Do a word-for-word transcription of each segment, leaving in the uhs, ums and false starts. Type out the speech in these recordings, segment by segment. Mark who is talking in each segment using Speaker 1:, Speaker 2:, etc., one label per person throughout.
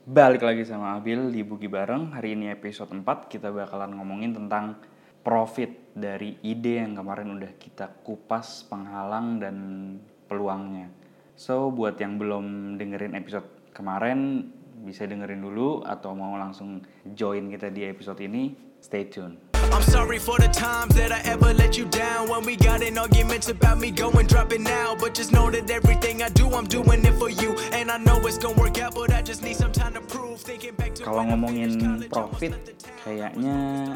Speaker 1: Balik lagi sama Abil di Bugi Bareng. Hari ini episode empat kita bakalan ngomongin tentang profit dari ide yang kemarin udah kita kupas penghalang dan peluangnya. So buat yang belum dengerin episode kemarin bisa dengerin dulu, atau mau langsung join kita di episode ini, stay tune.
Speaker 2: I'm sorry for the times that I ever let you down. When we got in arguments about me going dropping now. But just know that everything I do, I'm doing it for you. And I know it's gonna work out, but I just need some time to prove. Thinking back to
Speaker 1: Kalau ngomongin profit, kayaknya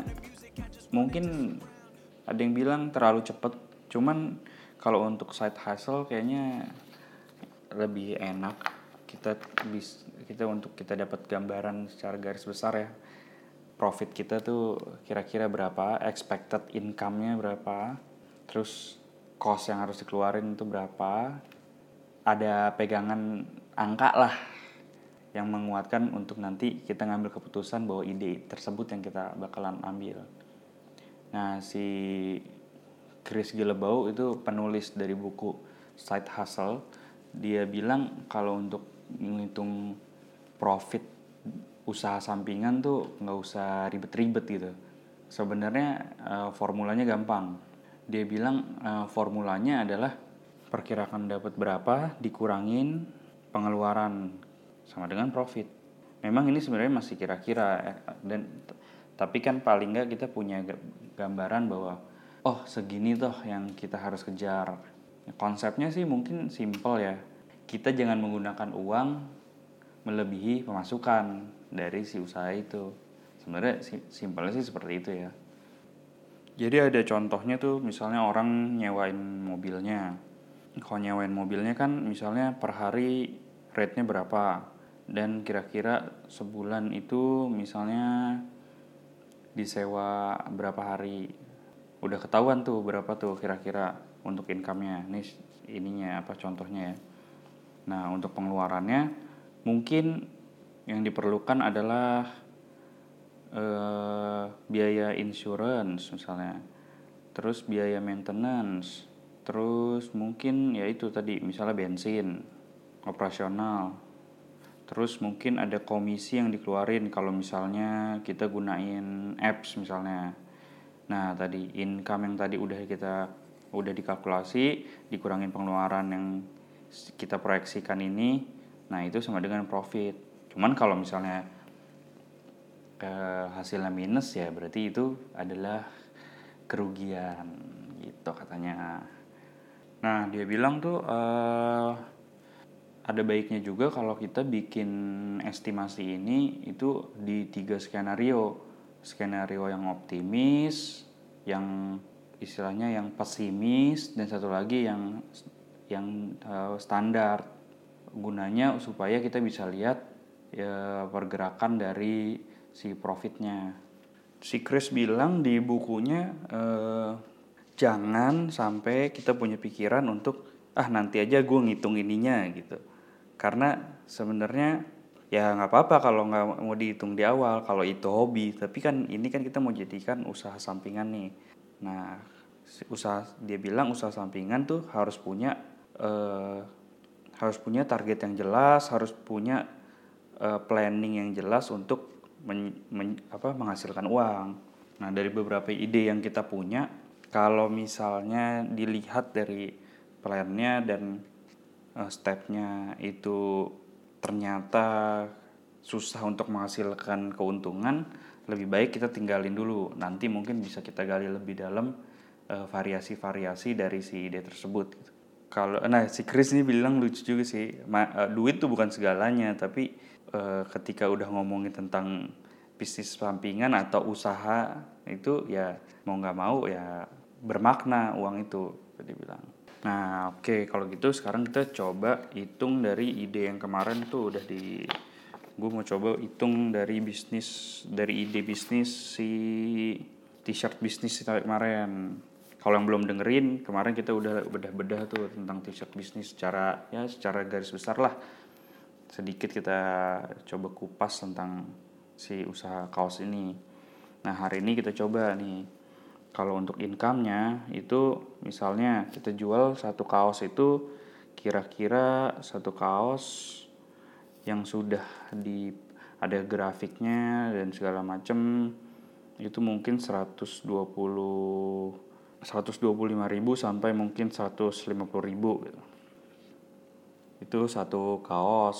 Speaker 1: mungkin ada yang bilang terlalu cepet. Cuman kalau untuk side hustle kayaknya lebih enak. Kita bis, kita untuk kita dapat gambaran secara garis besar ya. Profit kita tuh kira-kira berapa, expected income-nya berapa, terus cost yang harus dikeluarin itu berapa. Ada pegangan angka lah yang menguatkan untuk nanti kita ngambil keputusan bahwa ide tersebut yang kita bakalan ambil. Nah, si Chris Guillebeau itu penulis dari buku Side Hustle. Dia bilang kalau untuk menghitung profit usaha sampingan tuh nggak usah ribet-ribet gitu. Sebenarnya uh, formulanya gampang. Dia bilang uh, formulanya adalah perkirakan dapat berapa dikurangin pengeluaran sama dengan profit. Memang ini sebenarnya masih kira-kira, dan tapi kan paling nggak kita punya gambaran bahwa oh segini toh yang kita harus kejar. Konsepnya sih mungkin simple ya. Kita jangan menggunakan uang melebihi pemasukan dari si usaha itu. Sebenarnya simpelnya sih seperti itu ya. Jadi ada contohnya tuh, misalnya orang nyewain mobilnya. Kalau nyewain mobilnya kan misalnya per hari rate-nya berapa, dan kira-kira sebulan itu misalnya disewa berapa hari. Udah ketahuan tuh berapa tuh kira-kira untuk income-nya. Ini ininya apa contohnya ya. Nah, untuk pengeluarannya mungkin yang diperlukan adalah eh, biaya insurance misalnya, terus biaya maintenance, terus mungkin ya itu tadi misalnya bensin operasional, terus mungkin ada komisi yang dikeluarin kalau misalnya kita gunain apps misalnya. Nah tadi income yang tadi udah kita udah dikalkulasi, dikurangin pengeluaran yang kita proyeksikan ini, nah itu sama dengan profit. Cuman kalau misalnya eh, hasilnya minus ya berarti itu adalah kerugian gitu katanya. Nah dia bilang tuh eh, ada baiknya juga kalau kita bikin estimasi ini itu di tiga skenario. Skenario yang optimis, yang istilahnya yang pesimis, dan satu lagi yang yang uh, standar. Gunanya supaya kita bisa lihat ya pergerakan dari si profitnya. Si Chris bilang di bukunya eh, jangan sampai kita punya pikiran untuk ah nanti aja gue ngitung ininya gitu. Karena sebenarnya ya nggak apa-apa kalau nggak mau dihitung di awal kalau itu hobi. Tapi kan ini kan kita mau jadikan usaha sampingan nih. Nah usaha dia bilang usaha sampingan tuh harus punya eh, harus punya target yang jelas, harus punya uh, planning yang jelas untuk men, men, apa, menghasilkan uang. Nah dari beberapa ide yang kita punya, kalau misalnya dilihat dari plannya dan uh, stepnya itu ternyata susah untuk menghasilkan keuntungan, lebih baik kita tinggalin dulu. Nanti mungkin bisa kita gali lebih dalam uh, variasi-variasi dari si ide tersebut gitu. Kalau nah si Chris ini bilang lucu juga sih, Ma, uh, duit tuh bukan segalanya, tapi uh, ketika udah ngomongin tentang bisnis sampingan atau usaha itu ya mau nggak mau ya bermakna uang itu, dia bilang. Nah oke okay, kalau gitu sekarang kita coba hitung dari ide yang kemarin tuh udah di, gue mau coba hitung dari bisnis, dari ide bisnis si t-shirt bisnis kemarin. Kalau yang belum dengerin, kemarin kita udah bedah-bedah tuh tentang t-shirt bisnis secara ya secara garis besar lah. Sedikit kita coba kupas tentang si usaha kaos ini. Nah hari ini kita coba nih, kalau untuk income-nya itu misalnya kita jual satu kaos itu kira-kira satu kaos yang sudah di ada grafiknya dan segala macem, itu mungkin seratus dua puluh seratus dua puluh lima ribu sampai mungkin seratus lima puluh ribu gitu. Itu satu kaos.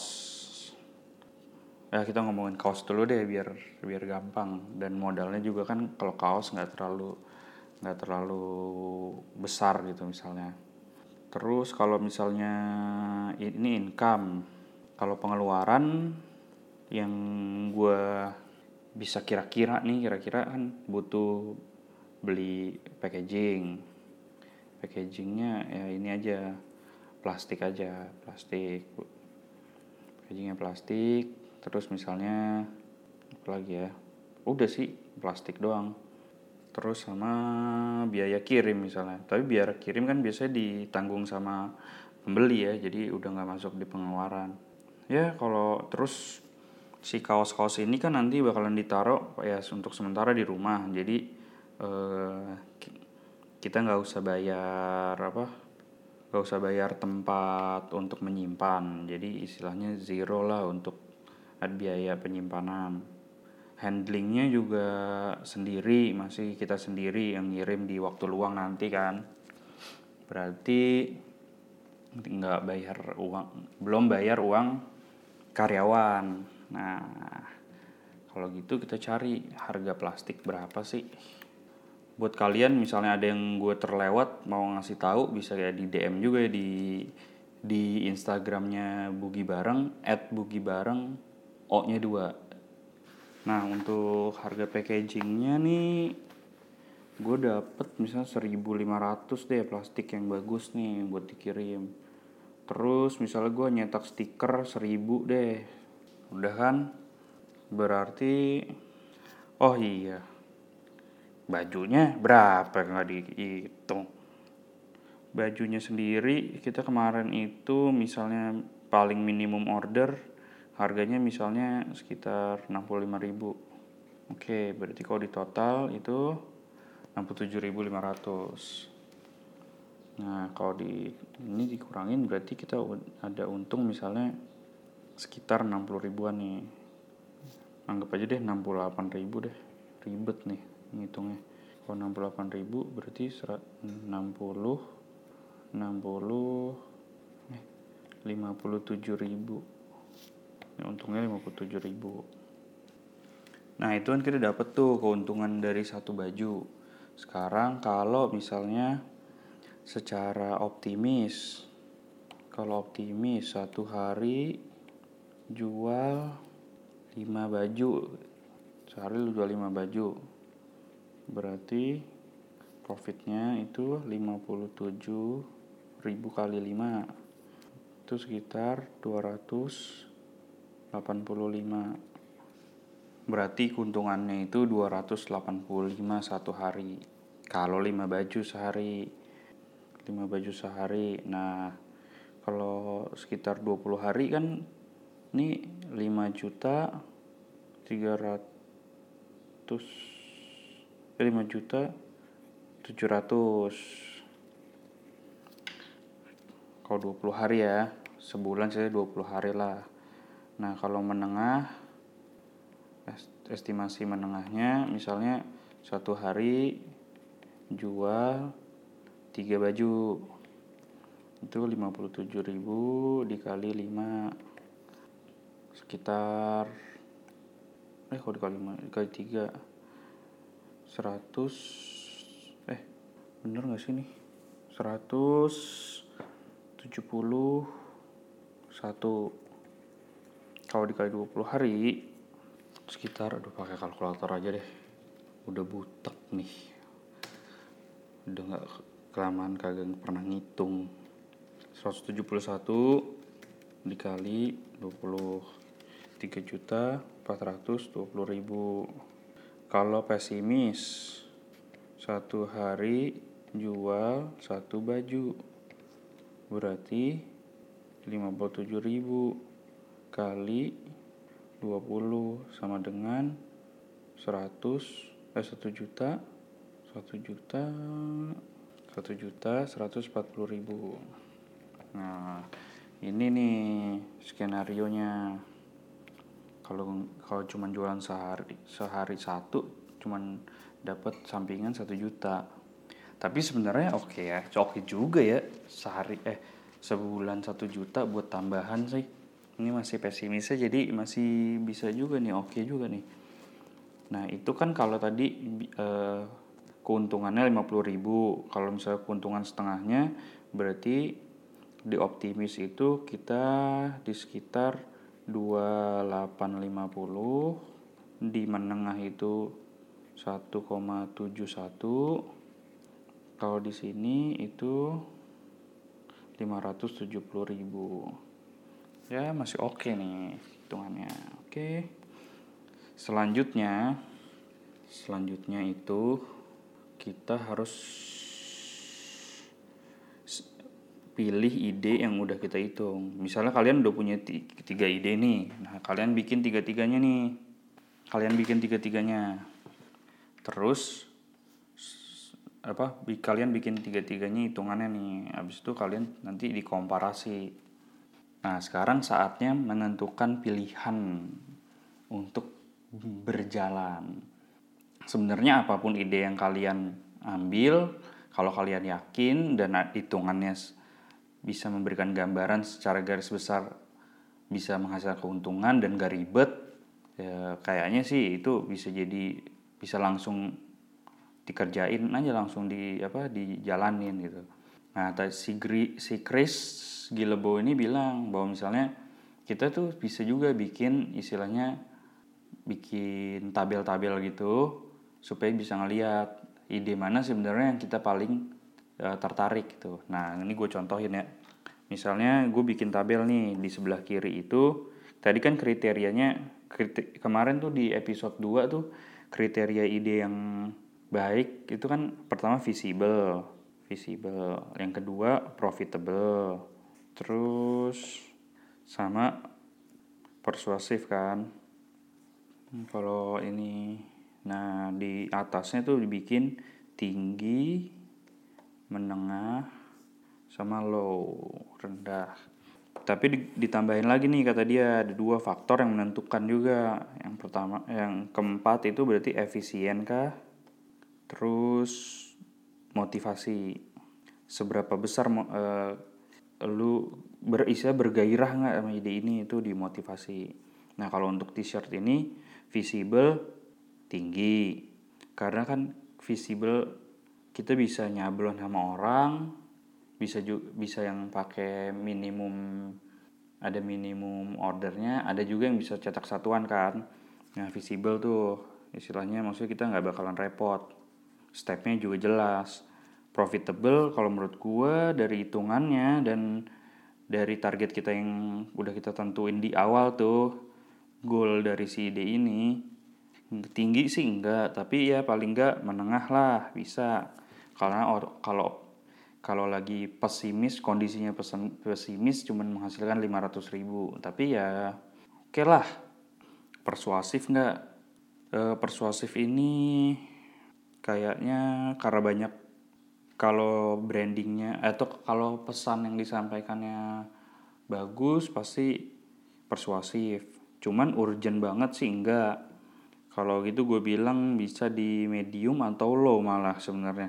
Speaker 1: Ya kita ngomongin kaos dulu deh biar biar gampang, dan modalnya juga kan kalau kaos nggak terlalu nggak terlalu besar gitu misalnya. Terus kalau misalnya ini income, kalau pengeluaran yang gue bisa kira-kira nih, kira-kira kan butuh beli packaging. Packagingnya ya ini aja, plastik aja, plastik. Packagingnya plastik. Terus misalnya apa lagi ya? Udah sih plastik doang. Terus sama biaya kirim misalnya. Tapi biaya kirim kan biasanya ditanggung sama pembeli ya, jadi udah nggak masuk di pengeluaran. Ya kalau terus si kaos-kaos ini kan nanti bakalan ditaruh ya untuk sementara di rumah. Jadi eh, kita nggak usah bayar apa? Nggak usah bayar tempat untuk menyimpan. Jadi istilahnya zero lah untuk biaya penyimpanan. Handlingnya juga sendiri, masih kita sendiri yang ngirim di waktu luang nanti kan. Berarti nggak bayar uang, belum bayar uang karyawan. Nah kalau gitu kita cari harga plastik berapa sih. Buat kalian misalnya ada yang gue terlewat mau ngasih tahu, bisa ya di D M juga ya di di Instagramnya Bugi Bareng at Bugi Bareng O nya dua. Nah untuk harga packagingnya nih gue dapet misalnya seribu lima ratus deh plastik yang bagus nih buat dikirim. Terus misalnya gue nyetak stiker seribu deh. Udah kan? Berarti oh iya, bajunya berapa nggak dihitung. Bajunya sendiri kita kemarin itu misalnya paling minimum order harganya misalnya sekitar enam puluh lima ribu. Oke, berarti kalau di total itu enam puluh tujuh ribu lima ratus. Nah, kalau di ini dikurangin berarti kita ada untung misalnya sekitar enam puluh ribuan nih. Anggap aja deh enam puluh delapan ribu deh. Ribet nih ngitungnya. Kalau enam puluh delapan ribu berarti enam puluh enam puluh eh, lima puluh tujuh ribu. Ya, untungnya lima puluh tujuh ribu. Nah itu kan kita dapat tuh keuntungan dari satu baju. Sekarang kalau misalnya secara optimis, kalau optimis satu hari jual lima baju, sehari lu jual lima baju, berarti profitnya itu lima puluh tujuh ribu kali lima, itu sekitar dua ratus delapan puluh lima. Berarti keuntungannya itu dua ratus delapan puluh lima satu hari. Kalau lima baju sehari. lima baju sehari. Nah, kalau sekitar dua puluh hari kan ini lima juta tiga ratus lima juta tujuh ratus. Kalau dua puluh hari ya, sebulan saya dua puluh hari lah. Nah kalau menengah, estimasi menengahnya misalnya satu hari jual tiga baju, itu lima puluh tujuh ribu dikali lima, sekitar eh kalau dikali lima dikali tiga seratus, eh bener gak sih nih, seratus tujuh puluh satu. Kalau dikali dua puluh hari sekitar, aduh pakai kalkulator aja deh, udah butek nih, udah gak kelamaan kagak pernah ngitung. Seratus tujuh puluh satu dikali dua puluh tiga juta empat ratus dua puluh ribu. Kalau pesimis satu hari jual satu baju, berarti lima puluh tujuh ribu kali dua puluh sama dengan seratus eh satu juta satu juta satu juta seratus empat puluh ribu. Nah ini nih skenarionya. Kalau kalau cuman jualan sehari sehari satu cuman dapat sampingan satu juta. Tapi sebenarnya oke ya, oke juga ya sehari eh sebulan satu juta buat tambahan sih. Ini masih pesimisnya, jadi masih bisa juga nih, oke juga nih. Nah itu kan kalau tadi eh, keuntungannya lima puluh ribu. Kalau misalnya keuntungan setengahnya berarti di optimis itu kita di sekitar dua ribu delapan ratus lima puluh, di menengah itu satu koma tujuh satu, kalau di sini itu lima ratus tujuh puluh ribu. Ya masih oke nih hitungannya. Oke. Selanjutnya selanjutnya itu kita harus pilih ide yang udah kita hitung. Misalnya kalian udah punya tiga ide nih. Nah, kalian bikin tiga-tiganya nih. Kalian bikin tiga-tiganya. Terus apa? Kalian bikin tiga-tiganya hitungannya nih. Habis itu kalian nanti dikomparasi. Nah, sekarang saatnya menentukan pilihan untuk berjalan. Sebenarnya apapun ide yang kalian ambil, kalau kalian yakin dan hitungannya bisa memberikan gambaran secara garis besar, bisa menghasilkan keuntungan dan gak ribet, ya kayaknya sih itu bisa jadi bisa langsung dikerjain aja, langsung di apa dijalanin gitu. Nah si Gri, si Chris Guillebeau ini bilang bahwa misalnya kita tuh bisa juga bikin istilahnya bikin tabel-tabel gitu supaya bisa ngelihat ide mana sebenarnya yang kita paling uh, tertarik gitu. Nah ini gue contohin ya. Misalnya gue bikin tabel nih di sebelah kiri itu. Tadi kan kriterianya kriter, kemarin tuh di episode dua tuh kriteria ide yang baik itu kan pertama visible, visible. Yang kedua profitable. Terus sama persuasif kan. Hmm, kalau ini, nah di atasnya tuh dibikin tinggi, menengah, sama low, rendah. Tapi ditambahin lagi nih kata dia ada dua faktor yang menentukan juga. Yang pertama, yang keempat itu berarti efisien kah? Terus motivasi. Seberapa besar uh, lu berisa bergairah nggak sama ide ini, itu dimotivasi. Nah kalau untuk t-shirt ini visible tinggi, karena kan visible kita bisa nyablon sama orang, bisa juga bisa yang pakai minimum, ada minimum ordernya, ada juga yang bisa cetak satuan kan. Nah visible tuh istilahnya maksudnya kita nggak bakalan repot, stepnya juga jelas. Profitable kalau menurut gue dari hitungannya dan dari target kita yang udah kita tentuin di awal tuh, goal dari si ide ini tinggi sih enggak, tapi ya paling enggak menengah lah bisa. Karena or, kalau kalau lagi pesimis, kondisinya pesen, pesimis cuman menghasilkan lima ratus ribu, tapi ya oke okay lah. Persuasif enggak? E, persuasif ini kayaknya karena banyak, kalau brandingnya atau kalau pesan yang disampaikannya bagus pasti persuasif. Cuman urgent banget sih enggak. Kalau gitu gue bilang bisa di medium atau low malah sebenarnya.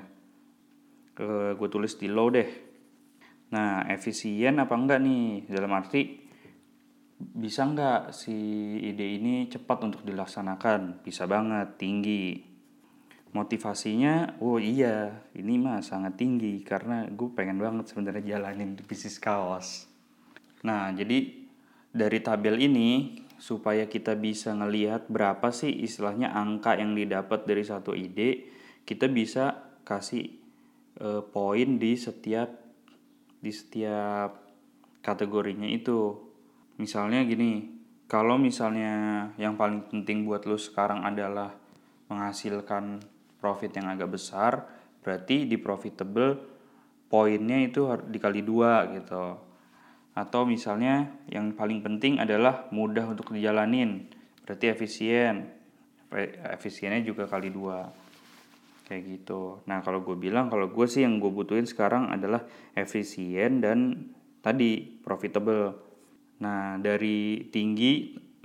Speaker 1: E, gue tulis di low deh. Nah efisien apa enggak nih? Dalam arti bisa enggak si ide ini cepat untuk dilaksanakan? Bisa banget, tinggi. Motivasinya, oh iya, ini mah sangat tinggi karena gue pengen banget sebenarnya jalanin bisnis kaos. Nah, jadi dari tabel ini supaya kita bisa ngelihat berapa sih istilahnya angka yang didapat dari satu ide, kita bisa kasih e, poin di setiap di setiap kategorinya itu. Misalnya gini, kalau misalnya yang paling penting buat lo sekarang adalah menghasilkan profit yang agak besar, berarti di profitable poinnya itu dikali dua gitu. Atau misalnya yang paling penting adalah mudah untuk dijalanin, berarti efisien, efisiennya juga kali dua, kayak gitu. Nah kalau gue bilang, kalau gue sih yang gue butuhin sekarang adalah efisien dan tadi profitable. Nah dari tinggi,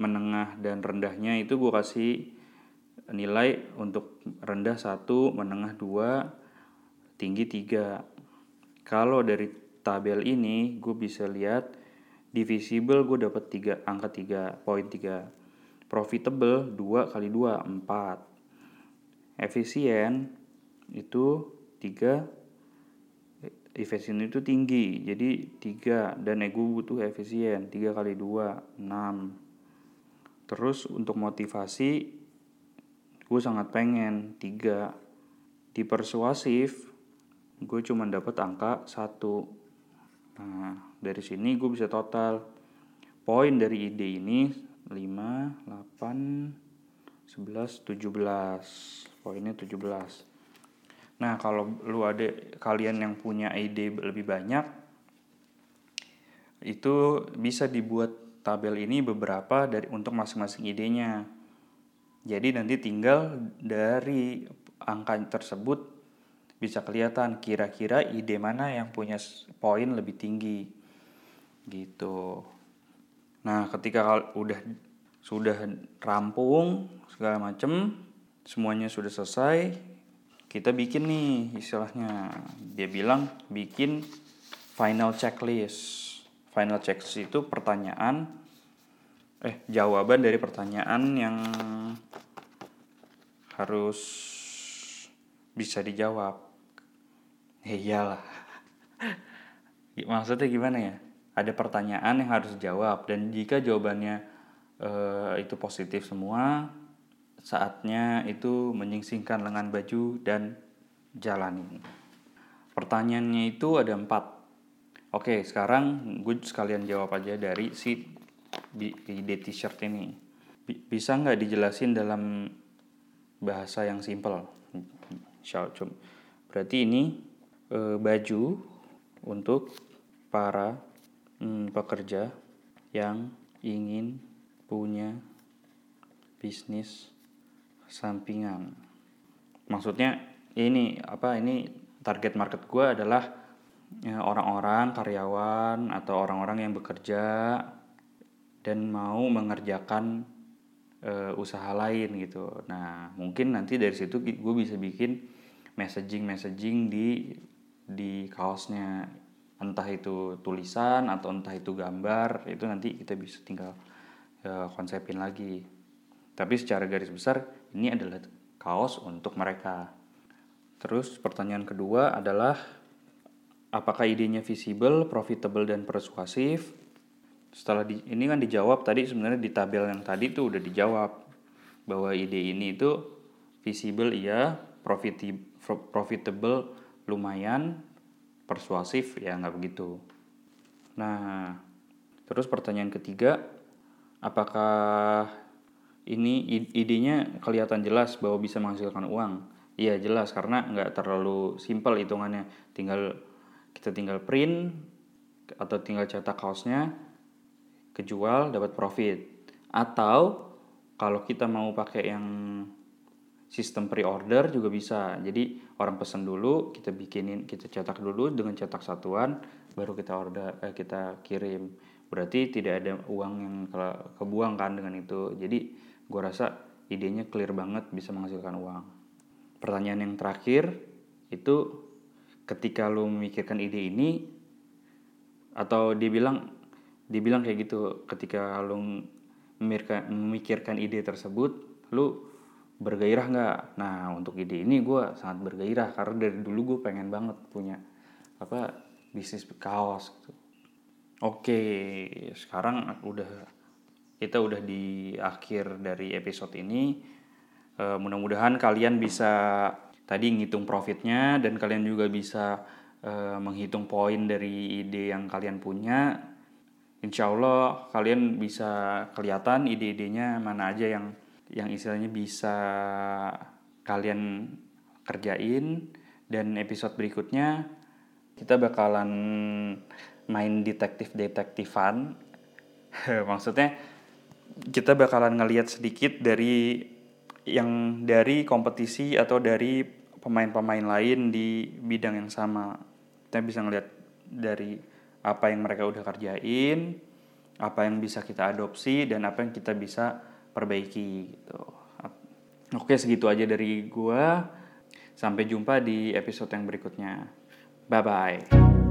Speaker 1: menengah dan rendahnya itu gue kasih nilai untuk rendah satu, menengah dua, tinggi tiga. Kalau dari tabel ini gue bisa lihat divisible gue dapat tiga, angka tiga, poin tiga. Profitable dua kali dua, empat. Efisien itu tiga. Efisien itu tinggi, jadi tiga. Dan ego butuh efisien, tiga kali dua, enam. Terus untuk motivasi gue sangat pengen tiga. Di persuasif gue cuma dapat angka satu. Nah dari sini gue bisa total poin dari ide ini lima, delapan, sebelas, tujuh belas. Poinnya tujuh belas. Nah kalau lu ada kalian yang punya ide lebih banyak, itu bisa dibuat tabel ini beberapa dari untuk masing-masing idenya. Jadi nanti tinggal dari angka tersebut bisa kelihatan kira-kira ide mana yang punya poin lebih tinggi gitu. Nah ketika udah sudah rampung segala macem, semuanya sudah selesai, kita bikin nih istilahnya, dia bilang bikin final checklist. Final checklist itu pertanyaan eh jawaban dari pertanyaan yang harus bisa dijawab. Ya iyalah. Maksudnya gimana ya? Ada pertanyaan yang harus dijawab, dan jika jawabannya eh, itu positif semua, saatnya itu menyingsingkan lengan baju dan jalanin. Pertanyaannya itu ada empat. Oke, sekarang gue sekalian jawab aja dari si ide t-shirt ini. Bisa nggak dijelasin dalam bahasa yang simple? Berarti ini e, baju untuk para hmm, pekerja yang ingin punya bisnis sampingan. Maksudnya ini apa? Ini target market gue adalah ya, orang-orang karyawan atau orang-orang yang bekerja dan mau mengerjakan e, usaha lain gitu. Nah mungkin nanti dari situ gue bisa bikin messaging-messaging di di kaosnya, entah itu tulisan atau entah itu gambar, itu nanti kita bisa tinggal e, konsepin lagi. Tapi secara garis besar ini adalah kaos untuk mereka. Terus pertanyaan kedua adalah apakah idenya visible, profitable, dan persuasif? Setelah di, ini kan dijawab tadi, sebenarnya di tabel yang tadi tuh udah dijawab bahwa ide ini itu visible iya, profiti, profitable lumayan, persuasif ya nggak begitu. Nah, terus pertanyaan ketiga, apakah ini idenya kelihatan jelas bahwa bisa menghasilkan uang? Iya jelas, karena nggak terlalu simpel hitungannya. Tinggal kita tinggal print atau tinggal cetak kaosnya, kejual dapat profit. Atau kalau kita mau pakai yang sistem pre-order juga bisa. Jadi orang pesan dulu, kita bikinin, kita cetak dulu dengan cetak satuan, baru kita order, eh, kita kirim. Berarti tidak ada uang yang kebuang kan dengan itu. Jadi gue rasa idenya clear banget, bisa menghasilkan uang. Pertanyaan yang terakhir itu, ketika lu memikirkan ide ini, atau dibilang dibilang kayak gitu, ketika lu memikirkan, memikirkan ide tersebut, lu bergairah nggak? Nah untuk ide ini gue sangat bergairah karena dari dulu gue pengen banget punya apa bisnis kaos gitu. Oke, sekarang udah kita udah di akhir dari episode ini. E, mudah-mudahan kalian bisa tadi ngitung profitnya, dan kalian juga bisa e, menghitung poin dari ide yang kalian punya. Insya Allah kalian bisa kelihatan ide-idenya mana aja yang yang istilahnya bisa kalian kerjain. Dan episode berikutnya kita bakalan main detektif-detektifan. Maksudnya kita bakalan ngelihat sedikit dari yang dari kompetisi atau dari pemain-pemain lain di bidang yang sama. Kita bisa ngelihat dari apa yang mereka udah kerjain, apa yang bisa kita adopsi dan apa yang kita bisa perbaiki gitu. Oke, segitu aja dari gua. Sampai jumpa di episode yang berikutnya. Bye bye.